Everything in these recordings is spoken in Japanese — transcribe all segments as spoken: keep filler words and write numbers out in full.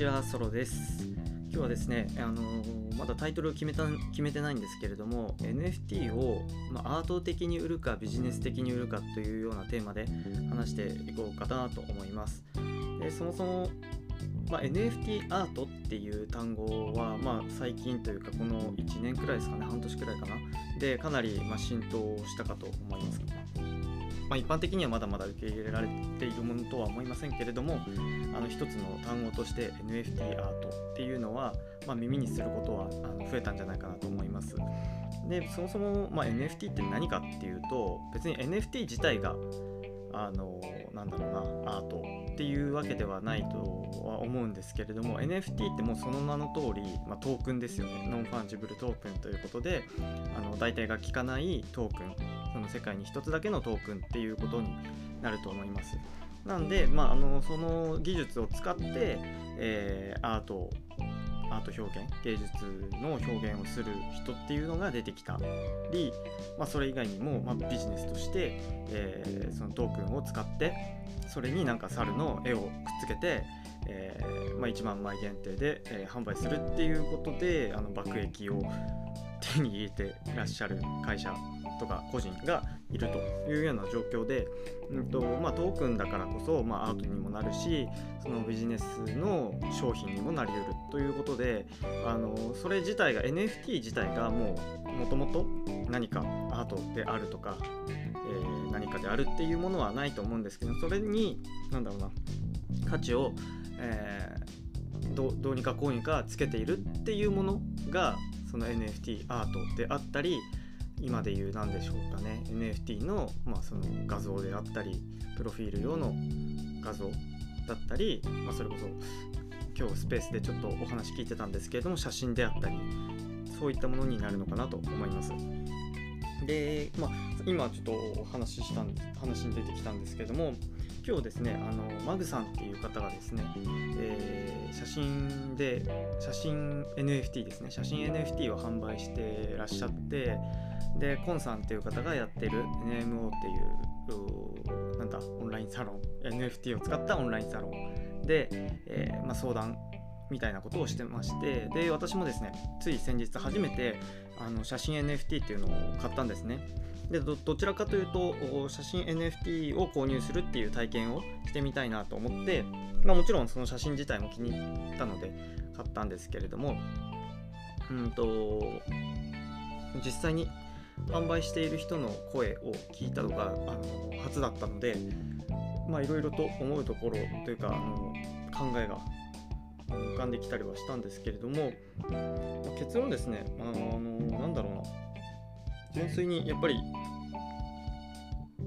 ちは、ソロです。今日はですね、あのーまだタイトルを決めた決めてないんですけれども、 エヌエフティー を、まあ、アート的に売るかビジネス的に売るかというようなテーマで話していこうかなと思います。でそもそも、まあ、エヌエフティー アートっていう単語は、まあ、最近というかこのいちねんくらいですかね、半年くらいかなでかなり、まあ、浸透したかと思います。まあ、一般的にはまだまだ受け入れられているものとは思いませんけれども、あの一つの単語として エヌエフティー アートっていうのは、まあ、耳にすることはあの増えたんじゃないかなと思います。でそもそも、まあ、エヌエフティー って何かっていうと、別に エヌエフティー 自体があのなんだろうなアートっていうわけではないとは思うんですけれども、 エヌエフティー ってもうその名の通り、まあ、トークンですよね。ノンファンジブルトークンということで、あの代替が効かないトークン、その世界に一つだけのトークンっていうことになると思います。なんで、まあ、あのその技術を使って、えー、アートアート表現、芸術の表現をする人っていうのが出てきたり、まあ、それ以外にも、まあ、ビジネスとして、えー、そのトークンを使ってそれになんか猿の絵をくっつけて、えーまあ、いちまんまい限定で、えー、販売するっていうことで、あの爆益を手に入れていらっしゃる会社とか個人がいるというような状況で、うんとまあ、トークンだからこそ、まあ、アートにもなるし、そのビジネスの商品にもなり得るということで、あのそれ自体が エヌエフティー 自体がもうもともと何かアートであるとか、えー、何かであるっていうものはないと思うんですけど、それになんだろうな価値を、えー、ど, どうにかこうにかつけているっていうものがその エヌエフティー アートであったり、今で言う何でしょうかね、 エヌエフティー の、まあ、その画像であったり、プロフィール用の画像だったり、まあ、それこそ今日スペースでちょっとお話聞いてたんですけれども、写真であったり、そういったものになるのかなと思います。で、まあ、今ちょっとお話ししたん話に出てきたんですけれども、今日ですね、あのマグさんっていう方がですね、えー、写真で写真 エヌエフティー ですね、写真 エヌエフティー を販売してらっしゃって、でコンさんっていう方がやってる エヌエムオー っていうなんだオンラインサロン、 エヌエフティー を使ったオンラインサロンで、えーまあ、相談みたいなことをしてまして、で私もですね、つい先日初めてあの写真 エヌエフティー っていうのを買ったんですね。で ど, どちらかというと写真 エヌエフティー を購入するっていう体験をしてみたいなと思って、まあ、もちろんその写真自体も気に入ったので買ったんですけれども、うんと実際に販売している人の声を聞いたのがあの初だったので、まあいろいろと思うところというか、あの考えが浮かんできたりはしたんですけれども、結論ですね、あのなんだろうな純粋にやっぱり、うん、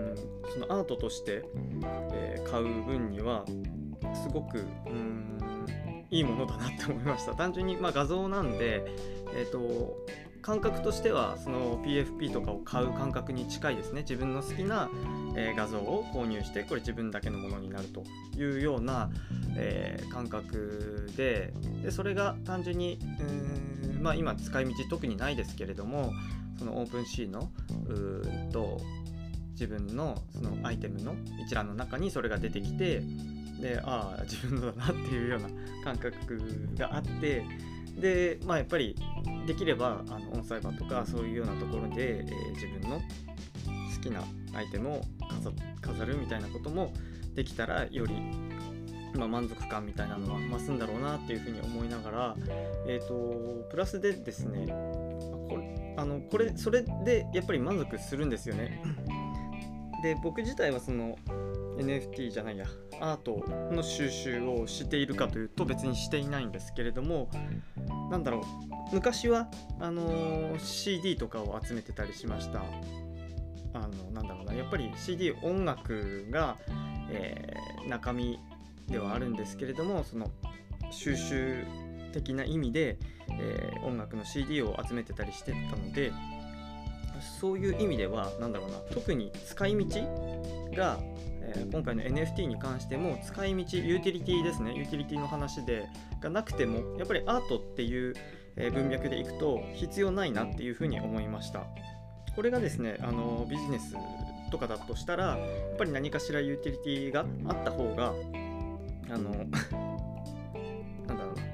そのアートとして、えー、買う分にはすごく、うん、いいものだなって思いました。単純に、まあ、画像なんで、えーと、感覚としてはその ピーエフピー とかを買う感覚に近いですね。自分の好きな、えー、画像を購入してこれ自分だけのものになるというような、えー、感覚 で, でそれが単純に、うん、まあ、今使い道特にないですけれども、そのオープンシーのうーんと自分のそのアイテムの一覧の中にそれが出てきて、でああ自分のだなっていうような感覚があって、でまあやっぱりできればあのオンサイバーとかそういうようなところで、えー、自分の好きなアイテムを 飾, 飾るみたいなこともできたらより、まあ、満足感みたいなのは増すんだろうなっていうふうに思いながら、えーとプラスでですね、これあのこれそれでやっぱり満足するんですよね。で僕自体はその エヌエフティー じゃないやアートの収集をしているかというと別にしていないんですけれども、なんだろう昔はあの シーディー とかを集めてたりしました。あのなんだろうなやっぱり シーディー 音楽が、えー、中身ではあるんですけれども、その収集的な意味で、えー、音楽の シーディー を集めてたりしてたので、そういう意味ではなんだろうな特に使い道が、えー、今回の エヌエフティー に関しても使い道ユーティリティですね、ユーティリティの話でがなくてもやっぱりアートっていう、えー、文脈でいくと必要ないなっていうふうに思いました。これがですねあのビジネスとかだとしたらやっぱり何かしらユーティリティがあった方があの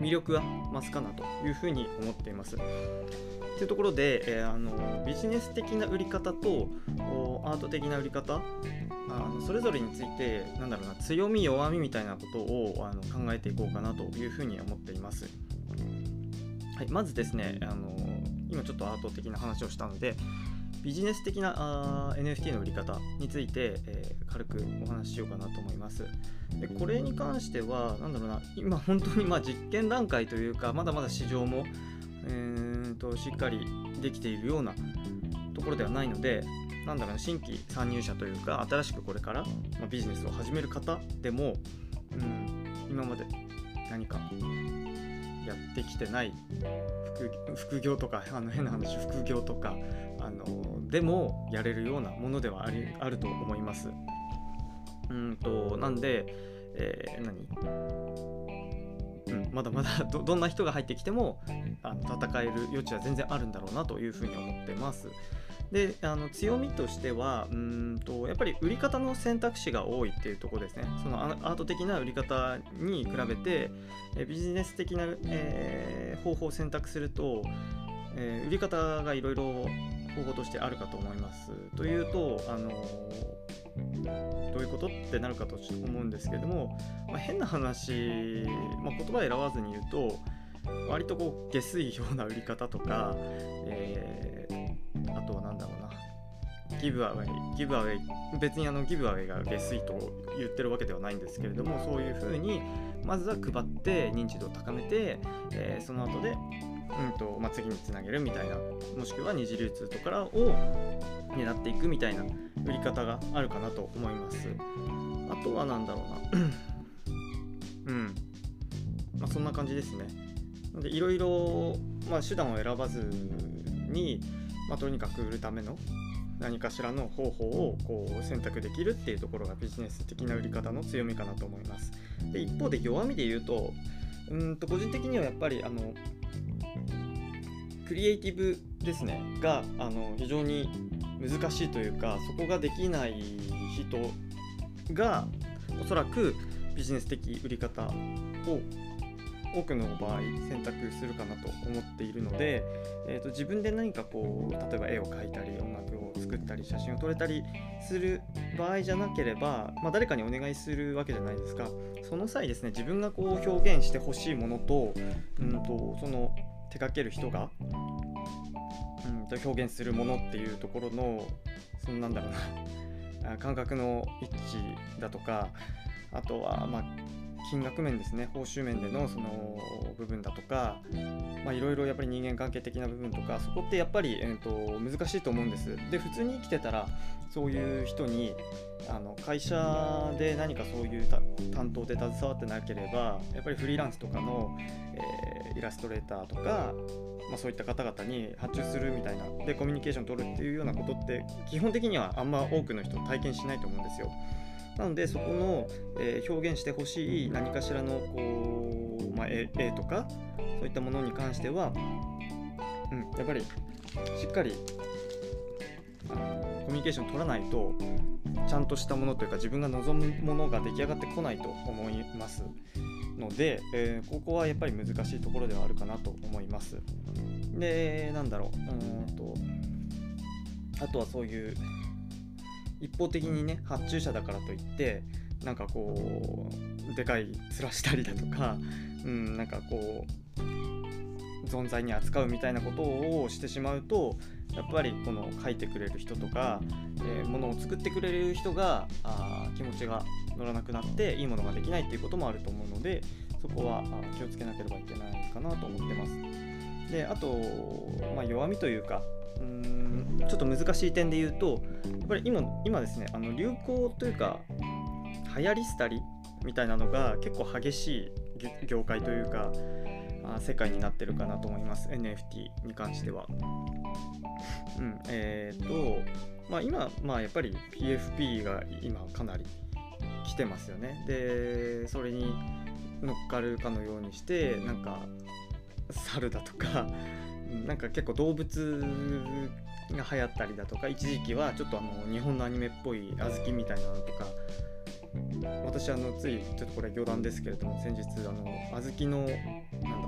魅力が増すかなというふうに思っています。というところで、えー、あのビジネス的な売り方とアート的な売り方、あのそれぞれについてなんだろうな強み弱みみたいなことをあの考えていこうかなというふうに思っています。はい、まずですね、あの今ちょっとアート的な話をしたので、ビジネス的なあ エヌエフティー の売り方について、えー、軽くお話ししようかなと思います。でこれに関してはなんだろうな、今本当にまあ実験段階というか、まだまだ市場も、えー、としっかりできているようなところではないので、なんだろうな、新規参入者というか新しくこれから、まあ、ビジネスを始める方でも、うん、今まで何かやってきてない副, 副業とか、あの変な話副業とかあのでもやれるようなものではありあると思います。うんとなんで、えー、何うん、まだまだ ど, どんな人が入ってきてもあの戦える余地は全然あるんだろうなというふうに思ってます。であの強みとしてはうーんとやっぱり売り方の選択肢が多いっていうところですね。そのアート的な売り方に比べてえビジネス的な、えー、方法を選択すると、えー、売り方がいろいろ方法としてあるかと思います。というとあのどういうことってなるかと思うんですけれども、まあ、変な話、まあ、言葉選ばずに言うと割とこう下水ような売り方とか、えー、あとはなんだろうなギブアウェイギブアウェイ別にあのギブアウェイが下水と言ってるわけではないんですけれども、そういうふうにまずは配って認知度を高めて、えー、その後でうんとまあ、次につなげるみたいな、もしくは二次流通とかを狙っていくみたいな売り方があるかなと思います。あとはなんだろうなうんまあそんな感じですね。でいろいろ、まあ、手段を選ばずに、まあ、とにかく売るための何かしらの方法をこう選択できるっていうところがビジネス的な売り方の強みかなと思います。で一方で弱みで言うと、うんと個人的にはやっぱりあのクリエイティブですねがあの非常に難しいというか、そこができない人がおそらくビジネス的売り方を多くの場合選択するかなと思っているので、えーと、自分で何かこう例えば絵を描いたり音楽を作ったり写真を撮れたりする場合じゃなければ、まあ、誰かにお願いするわけじゃないですか。その際ですね、自分がこう表現してほしいものと、うんとその手掛ける人が、うん、と表現するものっていうところのそのなんだろうな感覚の一致だとか、あとはまあ金額面ですね、報酬面でのその部分だとか、まあいろいろやっぱり人間関係的な部分とか、そこってやっぱり、えーと難しいと思うんです。で普通に生きてたらそういう人にあの会社で何かそういう担当で携わってなければ、やっぱりフリーランスとかの、えー、イラストレーターとか、まあ、そういった方々に発注するみたいなでコミュニケーション取るっていうようなことって基本的にはあんま多くの人体験しないと思うんですよ。なのでそこの、えー、表現してほしい何かしらのこう、まあ、絵, 絵とかそういったものに関しては、うん、やっぱりしっかりあのコミュニケーション取らないとちゃんとしたものというか自分が望むものが出来上がってこないと思いますので、えー、ここはやっぱり難しいところではあるかなと思います。でなんだろう、うーんとあとはそういう一方的にね発注者だからといってなんかこうでかい面したりだとか、うん、なんかこう存在に扱うみたいなことをしてしまうと、やっぱりこの書いてくれる人とか、えー、ものを作ってくれる人があ気持ちが乗らなくなっていいものができないっていうこともあると思うので、そこは気をつけなければいけないかなと思ってます。であと、まあ、弱みというかうーんちょっと難しい点で言うと、やっぱり 今, 今ですねあの流行というか流行り廃りみたいなのが結構激しい業界というか世界になってるかなと思います。 エヌエフティー に関しては。うんえーとまあ、今、まあ、やっぱり ピーエフピー が今かなり来てますよね。でそれに乗っかるかのようにしてなんか猿だとかなんか結構動物が流行ったりだとか、一時期はちょっとあの日本のアニメっぽい小豆みたいなのとか、私あのついちょっとこれ余談ですけれども先日あの小豆のなんだ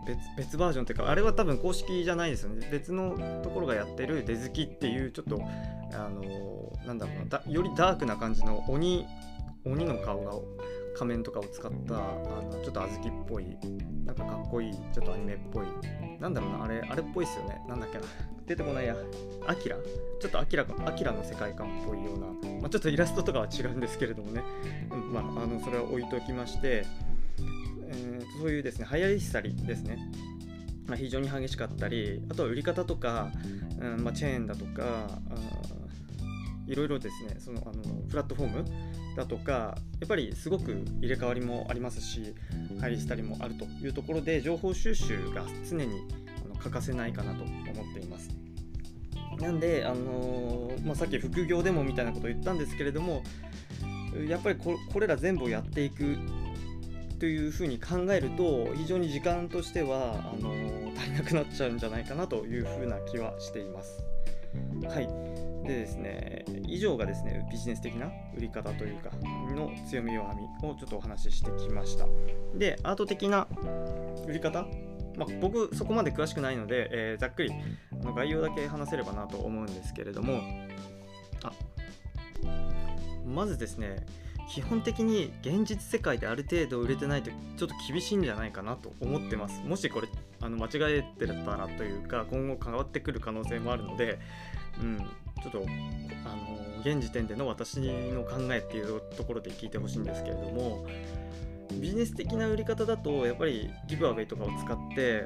別, 別バージョンというか、あれは多分公式じゃないですよね。別のところがやってるデズキっていうちょっとあのなんだろうなだよりダークな感じの鬼鬼の顔が仮面とかを使ったあのちょっと小豆っぽいなんかかっこいいちょっとアニメっぽいなんだろうなあれあれっぽいっすよね。なんだっけな出てこないや。アキラちょっとアキラアキラの世界観っぽいような、まあ、ちょっとイラストとかは違うんですけれどもね、まあ、あのそれは置いときまして、えー、そういうですね流行り廃りですね、まあ、非常に激しかったり、あとは売り方とか、うんまあ、チェーンだとかいろいろですねそのあのプラットフォームだとかやっぱりすごく入れ替わりもありますし入り廃りもあるというところで情報収集が常にあの欠かせないかなと思っています。なんで、あのーまあ、さっき副業でもみたいなことを言ったんですけれどもやっぱり こ, これら全部をやっていくというふうに考えると非常に時間としてはあのー、足りなくなっちゃうんじゃないかなというふうな気はしています。はいでですね、以上がですねビジネス的な売り方というかの強み弱みをちょっとお話ししてきました。でアート的な売り方、まあ、僕そこまで詳しくないので、えー、ざっくりあの概要だけ話せればなと思うんですけれども、あまずですね基本的に現実世界である程度売れてないとちょっと厳しいんじゃないかなと思ってます。もしこれあの間違えてたらというか今後変わってくる可能性もあるので、うん、ちょっとあの現時点での私の考えっていうところで聞いてほしいんですけれども、ビジネス的な売り方だとやっぱりギブアウェイとかを使って、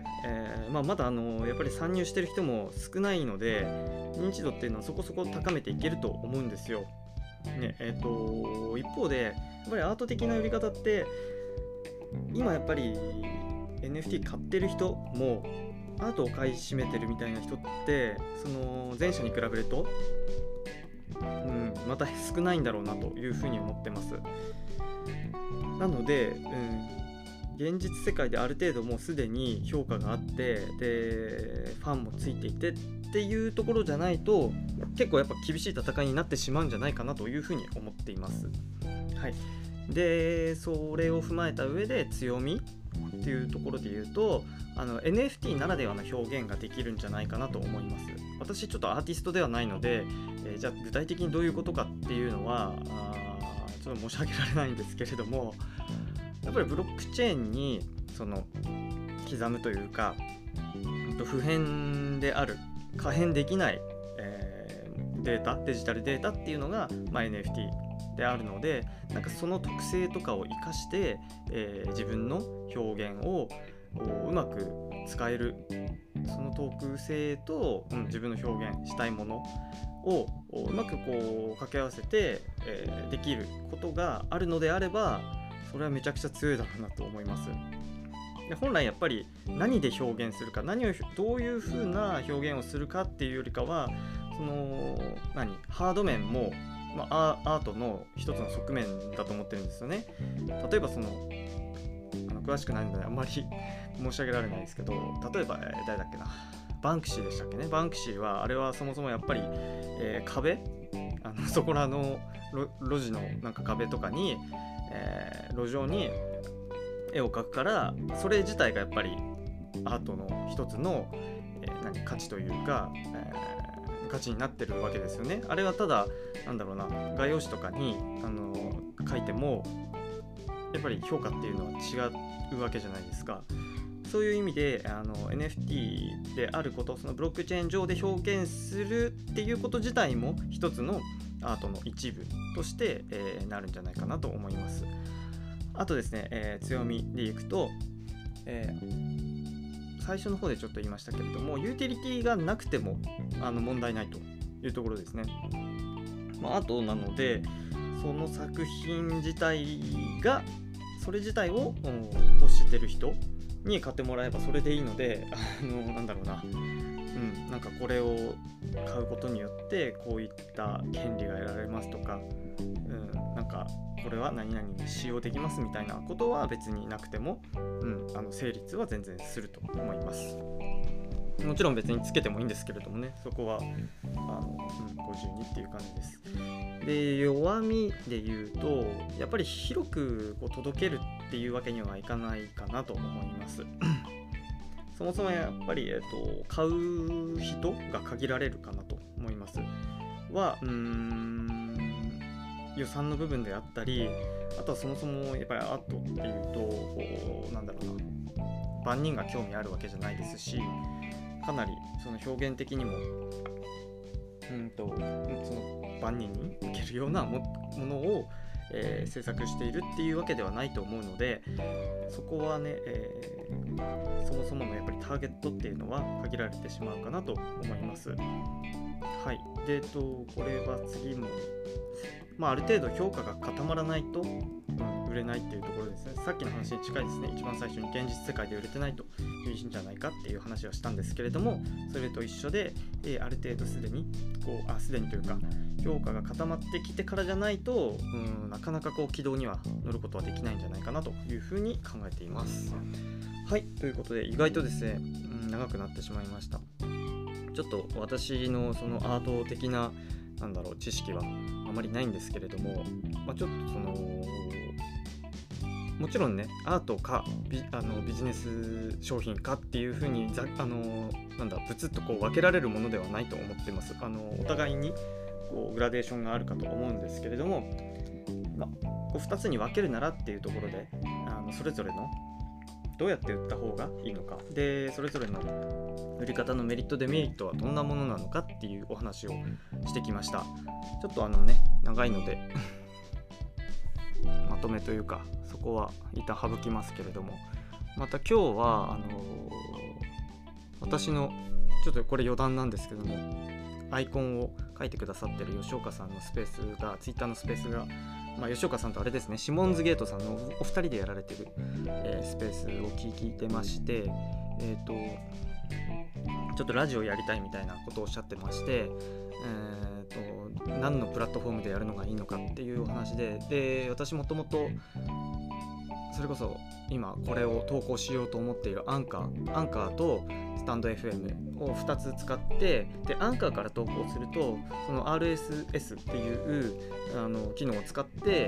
えーまあ、まだあのやっぱり参入してる人も少ないので認知度っていうのはそこそこ高めていけると思うんですよ。ねえー、と一方でやっぱりアート的な売り方って今やっぱり エヌエフティー 買ってる人もアートを買い占めてるみたいな人ってその前者に比べると、うん、また少ないんだろうなというふうに思ってます。なので、うん、現実世界である程度もうすでに評価があってでファンもついていてっていうところじゃないと結構やっぱ厳しい戦いになってしまうんじゃないかなというふうに思っています。はい、でそれを踏まえた上で強みっていうところで言うとあの エヌエフティー ならではの表現ができるんじゃないかなと思います。私ちょっとアーティストではないので、えー、じゃあ具体的にどういうことかっていうのはあちょっと申し上げられないんですけれども、やっぱりブロックチェーンにその刻むというか不変である可変できない、えー、データデジタルデータっていうのが、まあ、エヌエフティー であるのでなんかその特性とかを生かして、えー、自分の表現をうまく使えるその特性と、うん、自分の表現したいものをうまくこう掛け合わせて、えー、できることがあるのであればそれはめちゃくちゃ強いだろうなと思います。で本来やっぱり何で表現するか何をどういう風な表現をするかっていうよりかはその何ハード面も、まあ、アートの一つの側面だと思ってるんですよね。例えばそのあの詳しくないのであんまり申し上げられないですけど例えば、えー、誰だっけなバンクシーでしたっけね。バンクシーはあれはそもそもやっぱり、えー、壁あのそこらの路地のなんか壁とかに、えー、路上に絵を描くからそれ自体がやっぱりアートの一つの、えー、何価値というか、えー、価値になってるわけですよね。あれはただなんだろうな画用紙とかにあの描いてもやっぱり評価っていうのは違うわけじゃないですか。そういう意味であの エヌエフティー であることそのブロックチェーン上で表現するっていうこと自体も一つのアートの一部として、えー、なるんじゃないかなと思います。あとですね、えー、強みでいくと、えー、最初の方でちょっと言いましたけれどもユーティリティがなくてもあの問題ないというところですね。まあ、アートなのでその作品自体がそれ自体を欲してる人に買ってもらえばそれでいいのであのなんだろうな、うん、なんかこれを買うことによってこういった権利が得られますとか、うん、なんかこれは何々に使用できますみたいなことは別になくても、うん、あの成立は全然すると思います。もちろん別につけてもいいんですけれどもねそこはあの、うん、ご自由にっていう感じです。で弱みで言うとやっぱり広くこう届けるっていうわけにはいかないかなと思います。 そもそもやっぱり、えーと、買う人が限られるかなと思います。はうーん予算の部分であったり、あとはそもそもやっぱりアートっていうとこうなんだろうな、万人が興味あるわけじゃないですし、かなりその表現的にもうんとその万人に受けるような も, ものを、えー、制作しているっていうわけではないと思うので、そこはね、えー、そもそものやっぱりターゲットっていうのは限られてしまうかなと思います。はい。で、えっと、これは次も、まあ、ある程度評価が固まらないと、うん、売れないっていうところですね。さっきの話に近いですね。一番最初に現実世界で売れてないといいんじゃないかっていう話をしたんですけれども、それと一緒で、えー、ある程度すでにこうあすでにというか評価が固まってきてからじゃないと、うん、なかなかこう軌道には乗ることはできないんじゃないかなというふうに考えています。はい。ということで、意外とですね、うん、長くなってしまいました。ちょっと私のそのアート的ななんだろう知識はあまりないんですけれども、まあ、ちょっとそのもちろんねアートか ビ, あのビジネス商品かっていうふうにざあのなんだブツッとこう分けられるものではないと思ってます。あのお互いにこうグラデーションがあるかと思うんですけれども、まあ、こうふたつに分けるならっていうところであのそれぞれのどうやって売った方がいいのかで、それぞれの売り方のメリットデメリットはどんなものなのかっていうお話をしてきました。ちょっとあのね長いのでまとめというかそこは一旦省きますけれども、また今日はあのー、私のちょっとこれ余談なんですけども、アイコンを書いてくださってる吉岡さんのスペースがツイッターのスペースが、まあ、吉岡さんとあれですね、シモンズゲートさんのお二人でやられてる、えー、スペースを聞いてまして、えーとちょっとラジオやりたいみたいなことをおっしゃってまして、えーと何のプラットフォームでやるのがいいのかっていうお話で、で私もともとそれこそ今これを投稿しようと思っているアンカーアンカーとスタンド エフエム をふたつ使って、でアンカーから投稿するとその アールエスエス っていうあの機能を使って、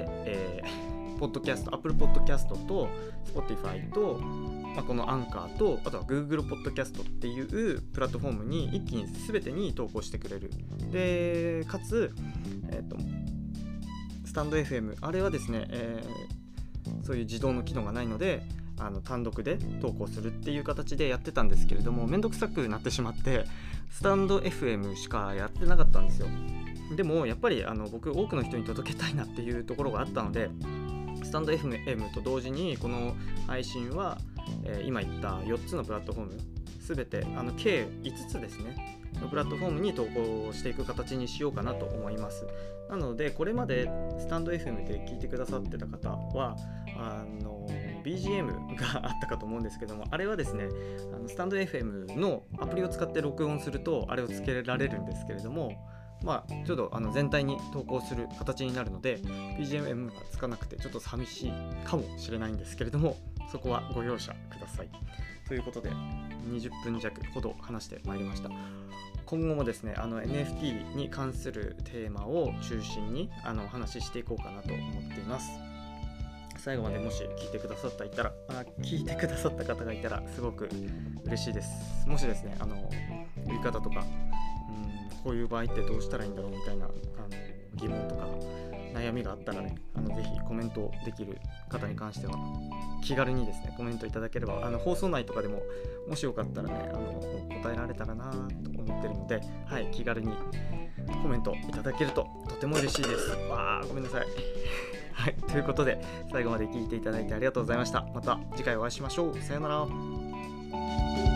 えー、ポッドキャスト Apple Podcast と Spotify と、まあ、このアンカーとあとは Google Podcast っていうプラットフォームに一気に全てに投稿してくれる。でかつ、えーと、スタンド エフエム あれはですね、えーそういう自動の機能がないのであの単独で投稿するっていう形でやってたんですけれども、めんどくさくなってしまってスタンド エフエム しかやってなかったんですよ。でもやっぱりあの僕多くの人に届けたいなっていうところがあったので、スタンド エフエム と同時にこの配信は、えー、今言ったよっつのプラットフォームすべてあの計いつつですねのプラットフォームに投稿していく形にしようかなと思います。なのでこれまでスタンド エフエム で聞いてくださってた方はあの ビージーエム があったかと思うんですけども、あれはですねあのスタンド エフエム のアプリを使って録音するとあれをつけられるんですけれども、まあちょっとあの全体に投稿する形になるので ビージーエム がつかなくてちょっと寂しいかもしれないんですけれども、そこはご容赦くださいということでにじゅっぷん弱ほど話してまいりました。今後もですねあの エヌエフティー に関するテーマを中心にあのお話ししていこうかなと思っています。最後までもし聞いてくださったいたらあ聞いてくださった方がいたらすごく嬉しいです。もしですねあの売り方とかうんこういう場合ってどうしたらいいんだろうみたいなあの疑問とか悩みがあったらねあのぜひコメントできる方に関しては気軽にですねコメントいただければあの放送内とかでももしよかったらねあの答えられたらなと思ってるので、はい、気軽にコメントいただけるととても嬉しいです。わーごめんなさいはい、ということで最後まで聞いていただいてありがとうございました。また次回お会いしましょう。さようなら。